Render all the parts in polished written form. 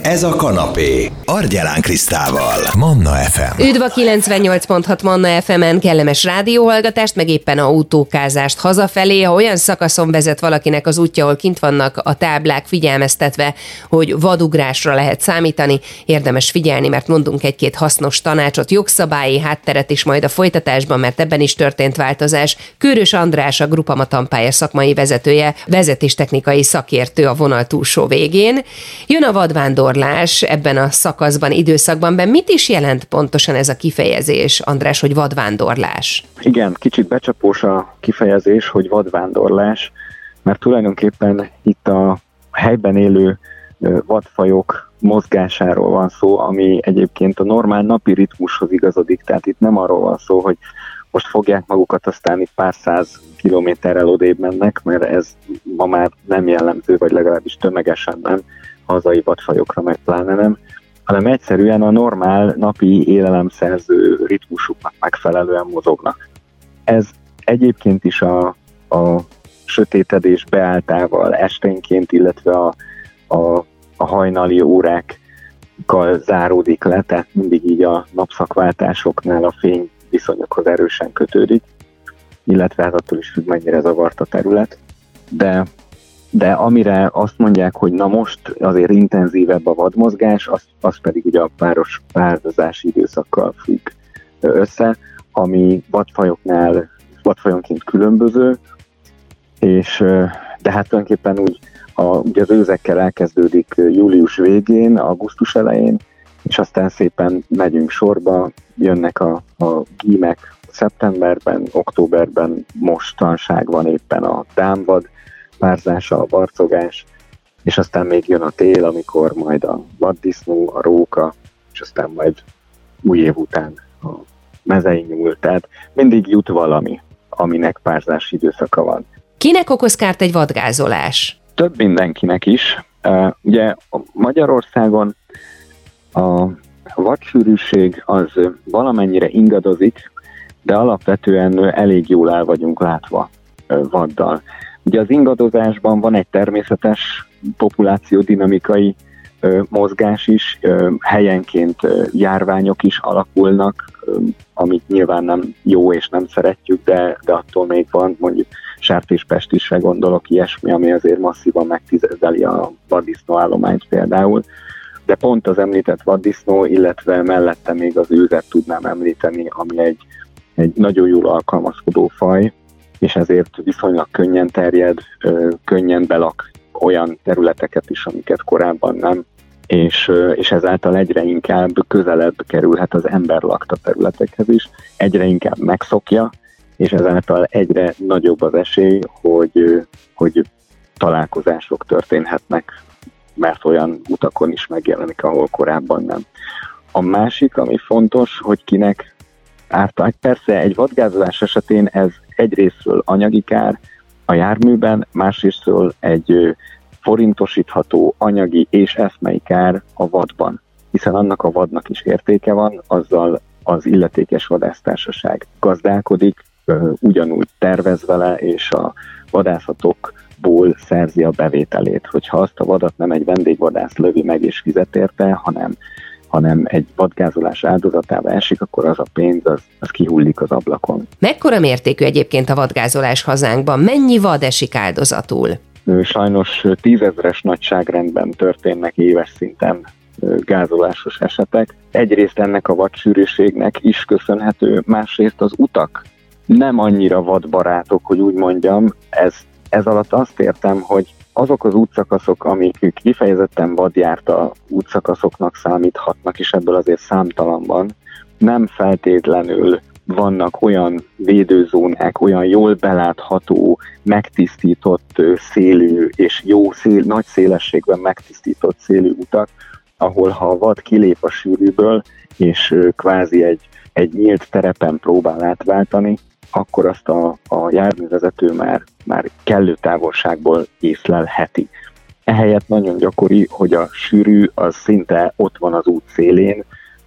Ez a kanapé. Argyelán Krisztával. Manna FM. Üdv a 98.6 Manna FM-en, kellemes rádióhallgatást, meg éppen autókázást hazafelé. Ha olyan szakaszon vezet valakinek az útja, ahol kint vannak a táblák figyelmeztetve, hogy vadugrásra lehet számítani, érdemes figyelni, mert mondunk egy-két hasznos tanácsot, jogszabályi hátteret is majd a folytatásban, mert ebben is történt változás. Kőrös András, a Grupama Tampája szakmai vezetője, vezetéstechnikai szakértő a vonal túlsó végén. Jön a vadvándorlás ebben a szakaszban, időszakban. Mit is jelent pontosan ez a kifejezés, András, hogy vadvándorlás? Igen, kicsit becsapós a kifejezés, hogy vadvándorlás, mert tulajdonképpen itt a helyben élő vadfajok mozgásáról van szó, ami egyébként a normál napi ritmushoz igazodik, tehát itt nem arról van szó, hogy most fogják magukat, aztán itt pár száz kilométerrel odébb mennek, mert ez ma már nem jellemző, vagy legalábbis tömegesen nem, hazai vadfajokra meg pláne nem, hanem egyszerűen a normál napi élelemszerző ritmusuknak megfelelően mozognak. Ez egyébként is a sötétedés beálltával esténként, illetve a hajnali órákkal záródik le, tehát mindig így a napszakváltásoknál a fény viszonyokhoz erősen kötődik, illetve hát attól is függ, mennyire zavart a terület. De amire azt mondják, hogy na most azért intenzívebb a vadmozgás, az pedig ugye a páros párdozási időszakkal függ össze, ami vadfajonként különböző, de hát tulajdonképpen ugye az őzekkel elkezdődik július végén, augusztus elején, és aztán szépen megyünk sorba, jönnek a gímek szeptemberben, októberben, mostanság van éppen a dámvad párzása, a barcogás, és aztán még jön a tél, amikor majd a vaddisznó, a róka, és aztán majd új év után a mezei nyúl, tehát mindig jut valami, aminek párzási időszaka van. Kinek okoz kárt egy vadgázolás? Több mindenkinek is. Ugye Magyarországon a vadsűrűség az valamennyire ingadozik, de alapvetően elég jól el vagyunk látva vaddal. Ugye az ingadozásban van egy természetes populációdinamikai mozgás is, helyenként járványok is alakulnak, amit nyilván nem jó és nem szeretjük, de attól még van, mondjuk sertéspestisre gondolok, ilyesmi, ami azért masszívan megtizedeli a vaddisznó állományt például. De pont az említett vaddisznó, illetve mellette még az őzet tudnám említeni, ami egy nagyon jól alkalmazkodó faj, és ezért viszonylag könnyen terjed, könnyen belak olyan területeket is, amiket korábban nem, és ezáltal egyre inkább közelebb kerülhet az ember lakta területekhez is, egyre inkább megszokja, és ezáltal egyre nagyobb az esély, hogy találkozások történhetnek, mert olyan utakon is megjelenik, ahol korábban nem. A másik, ami fontos, hogy kinek ártani. Persze egy vadgázolás esetén ez egyrésztről anyagi kár a járműben, másrésztről egy forintosítható anyagi és eszmei kár a vadban, hiszen annak a vadnak is értéke van, azzal az illetékes vadásztársaság gazdálkodik, ugyanúgy tervez vele, és a vadászatokból szerzi a bevételét. Hogyha azt a vadat nem egy vendégvadász lövi meg és fizet érte, hanem egy vadgázolás áldozatába esik, akkor az a pénz, az kihullik az ablakon. Mekkora mértékű egyébként a vadgázolás hazánkban? Mennyi vad esik áldozatul? Sajnos 10 000-es nagyságrendben történnek éves szinten gázolásos esetek. Egyrészt ennek a vadsűrűségnek is köszönhető, másrészt az utak nem annyira vadbarátok, hogy úgy mondjam. Ez alatt azt értem, hogy azok az útszakaszok, amik kifejezetten vadjárta útszakaszoknak számíthatnak, és ebből azért számtalan van, nem feltétlenül vannak olyan védőzónák, olyan jól belátható, megtisztított szélű és nagy szélességben megtisztított szélű utak, ahol ha a vad kilép a sűrűből, és kvázi egy nyílt terepen próbál átváltani, akkor azt a járművezető már kellő távolságból észlelheti. Ehelyett nagyon gyakori, hogy a sűrű az szinte ott van az út szélén,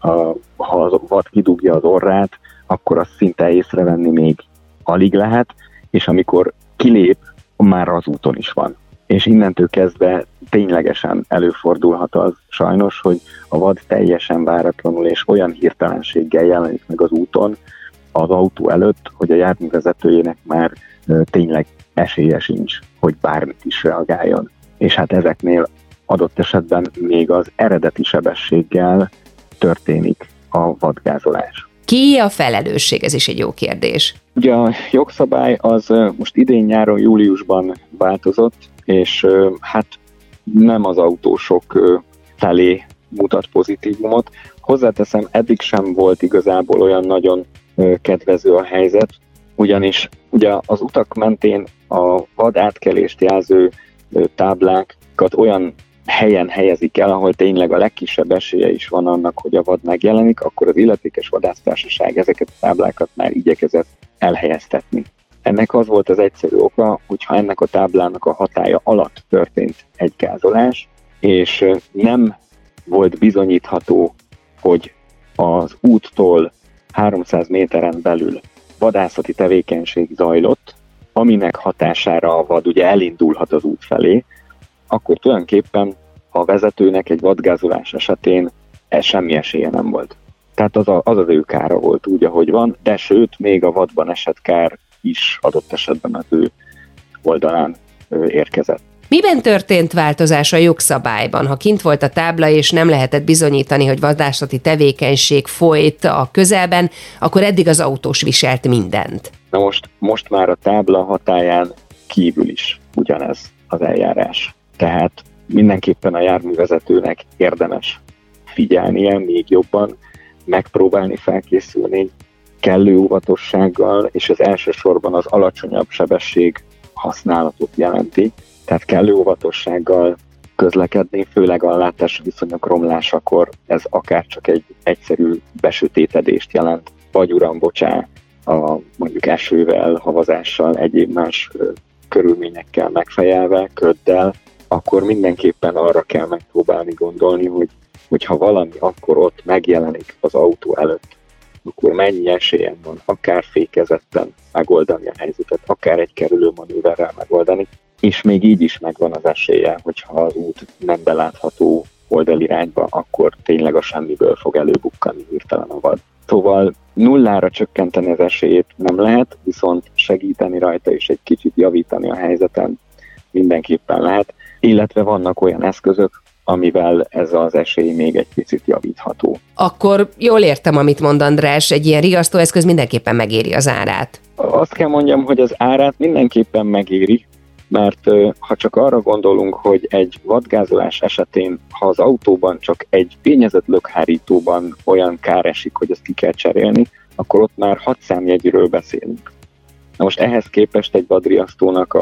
ha a vad kidugja az orrát, akkor azt szinte észrevenni még alig lehet, és amikor kilép, már az úton is van. és innentől kezdve ténylegesen előfordulhat az sajnos, hogy a vad teljesen váratlanul és olyan hirtelenséggel jelenik meg az úton, az autó előtt, hogy a járművezetőjének már tényleg esélye sincs, hogy bármit is reagáljon. És hát ezeknél adott esetben még az eredeti sebességgel történik a vadgázolás. Ki a felelősség? Ez is egy jó kérdés. Ugye a jogszabály az most idén nyáron, júliusban változott, és hát nem az autósok felé mutat pozitívumot. Hozzáteszem, eddig sem volt igazából olyan nagyon kedvező a helyzet, ugyanis ugye az utak mentén a vad átkelést jelző táblákat olyan helyen helyezik el, ahol tényleg a legkisebb esélye is van annak, hogy a vad megjelenik, akkor az illetékes vadásztársaság ezeket a táblákat már igyekezett elhelyeztetni. Ennek az volt az egyszerű oka, hogyha ennek a táblának a hatálya alatt történt egy gázolás, és nem volt bizonyítható, hogy az úttól 300 méteren belül vadászati tevékenység zajlott, aminek hatására a vad ugye elindulhat az út felé, akkor tulajdonképpen a vezetőnek egy vadgázolás esetén semmi esélye nem volt. Tehát az ő kára volt úgy, ahogy van, de sőt, még a vadban esett kár is adott esetben az ő oldalán érkezett. Miben történt változás a jogszabályban? Ha kint volt a tábla, és nem lehetett bizonyítani, hogy vadászati tevékenység folyt a közelben, akkor eddig az autós viselt mindent. Na most már a tábla hatályán kívül is ugyanez az eljárás. Tehát mindenképpen a járművezetőnek érdemes figyelnie még jobban, megpróbálni felkészülni kellő óvatossággal, és ez elsősorban az alacsonyabb sebesség használatot jelenti. Tehát kellő óvatossággal közlekedni, főleg a látási viszonyok romlásakor ez akár csak egy egyszerű besötétedést jelent, vagy uram, bocsá, mondjuk esővel, havazással, egyéb más körülményekkel megfejelve, köddel, akkor mindenképpen arra kell megpróbálni gondolni, hogy ha valami akkor ott megjelenik az autó előtt, akkor mennyi esélyen van, akár fékezetten megoldani a helyzetet, akár egy kerülő manőverrel megoldani, és még így is megvan az esélye, hogyha az út nem belátható oldalirányba, akkor tényleg a semmiből fog előbukkani hirtelen a vad. Szóval nullára csökkenteni az esélyét nem lehet, viszont segíteni rajta és egy kicsit javítani a helyzeten mindenképpen lehet, illetve vannak olyan eszközök, amivel ez az esély még egy picit javítható. Akkor jól értem, amit mond András, egy ilyen riasztóeszköz mindenképpen megéri az árát. Azt kell mondjam, hogy az árát mindenképpen megéri, mert ha csak arra gondolunk, hogy egy vadgázolás esetén, ha az autóban csak egy fényezett lökhárítóban olyan kár esik, hogy ezt ki kell cserélni, akkor ott már 6 számjegyről beszélünk. Na most ehhez képest egy vadriasztónak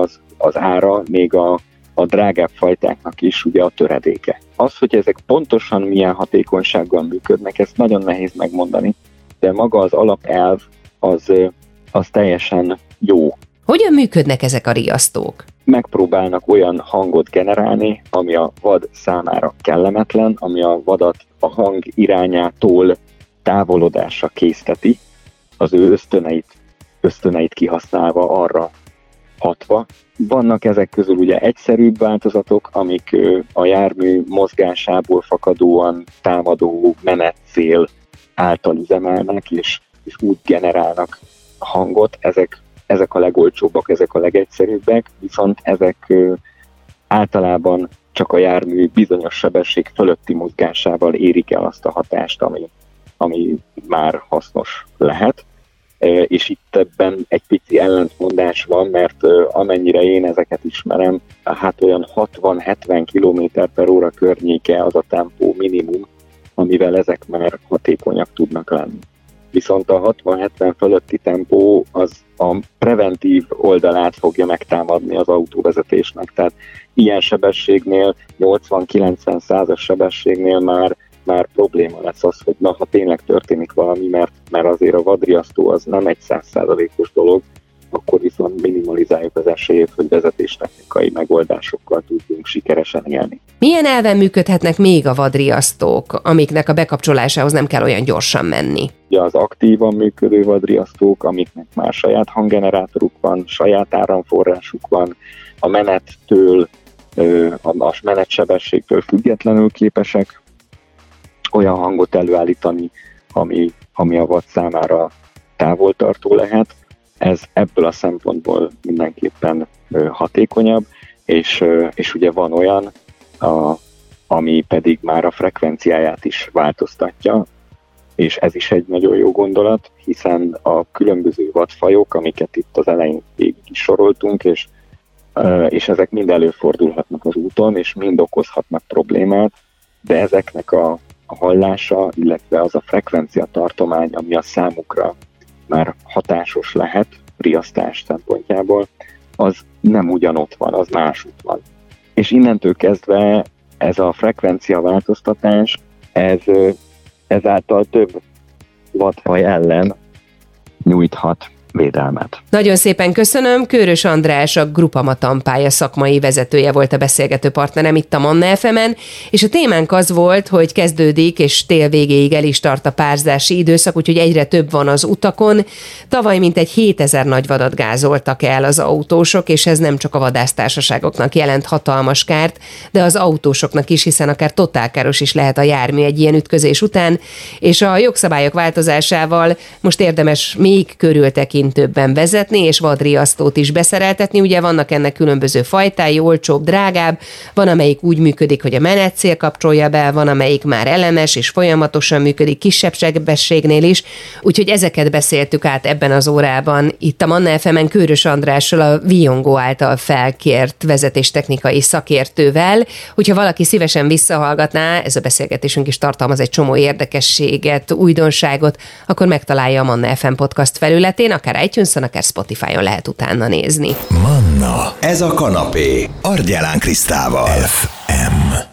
az ára még a drágább fajtáknak is ugye a töredéke. Az, hogy ezek pontosan milyen hatékonysággal működnek, ezt nagyon nehéz megmondani, de maga az alapelv az teljesen jó. Hogyan működnek ezek a riasztók? Megpróbálnak olyan hangot generálni, ami a vad számára kellemetlen, ami a vadat a hang irányától távolodásra készteti, az ő ösztöneit kihasználva, arra hatva. Vannak ezek közül ugye egyszerűbb változatok, amik a jármű mozgásából fakadóan támadó menetcél által üzemelnek, és úgy generálnak hangot. Ezek a legolcsóbbak, ezek a legegyszerűbbek, viszont ezek általában csak a jármű bizonyos sebesség fölötti mozgásával érik el azt a hatást, ami már hasznos lehet. És itt ebben egy pici ellentmondás van, mert amennyire én ezeket ismerem, hát olyan 60-70 km/h környéke az a tempó minimum, amivel ezek már hatékonyak tudnak lenni. Viszont a 60-70 fölötti tempó az a preventív oldalát fogja megtámadni az autóvezetésnek. Tehát ilyen sebességnél, 80-90-100-as sebességnél már probléma lesz az, hogy ha tényleg történik valami, mert azért a vadriasztó az nem egy 100%-os dolog, akkor viszont minimalizáljuk az esélyét, hogy vezetéstechnikai megoldásokkal tudjunk sikeresen élni. Milyen elven működhetnek még a vadriasztók, amiknek a bekapcsolásához nem kell olyan gyorsan menni? Ugye az aktívan működő vadriasztók, amiknek már saját hanggenerátoruk van, saját áramforrásuk van, a menettől, a menetsebességtől függetlenül képesek olyan hangot előállítani, ami a vad számára távoltartó lehet. Ez ebből a szempontból mindenképpen hatékonyabb, és ugye van olyan, ami pedig már a frekvenciáját is változtatja, és ez is egy nagyon jó gondolat, hiszen a különböző vadfajok, amiket itt az elején végig is soroltunk, és ezek mind előfordulhatnak az úton, és mind okozhatnak problémát, de ezeknek a hallása, illetve az a frekvencia tartomány, ami a számukra már hatásos lehet riasztás szempontjából, az nem ugyanott van, az másút van. És innentől kezdve ez a frekvencia változtatás, ezáltal több vadfaj ellen nyújthat védelmet. Nagyon szépen köszönöm. Kőrös András, a Grupama Tampája szakmai vezetője volt a beszélgető partnerem itt a Manna FM-en, és a témánk az volt, hogy kezdődik, és tél végéig el is tart a párzási időszak, úgyhogy egyre több van az utakon. Tavaly mintegy 7000 nagyvadat gázoltak el az autósok, és ez nem csak a vadásztársaságoknak jelent hatalmas kárt, de az autósoknak is, hiszen akár totálkáros is lehet a jármű egy ilyen ütközés után, és a jogszabályok változásával most érdemes még körültekintőbben vezetni, és vadriasztót is beszereltetni. Ugye vannak ennek különböző fajtái, olcsóbb, drágább, van amelyik úgy működik, hogy a menetszél kapcsolja be, van amelyik már elemes és folyamatosan működik kisebb sebességnél is, úgyhogy ezeket beszéltük át ebben az órában itt a Manna FM-en Kőrös Andrással, a Viongó által felkért vezetéstechnikai szakértővel. Hogyha valaki szívesen visszahallgatná, ez a beszélgetésünk is tartalmaz egy csomó érdekességet, újdonságot, akkor megtalálja a Manna FM podcast felületén, akár iTunes-on, akár Spotify-on lehet utána nézni. Manna, ez a kanapé, Argyelán Krisztával. FM.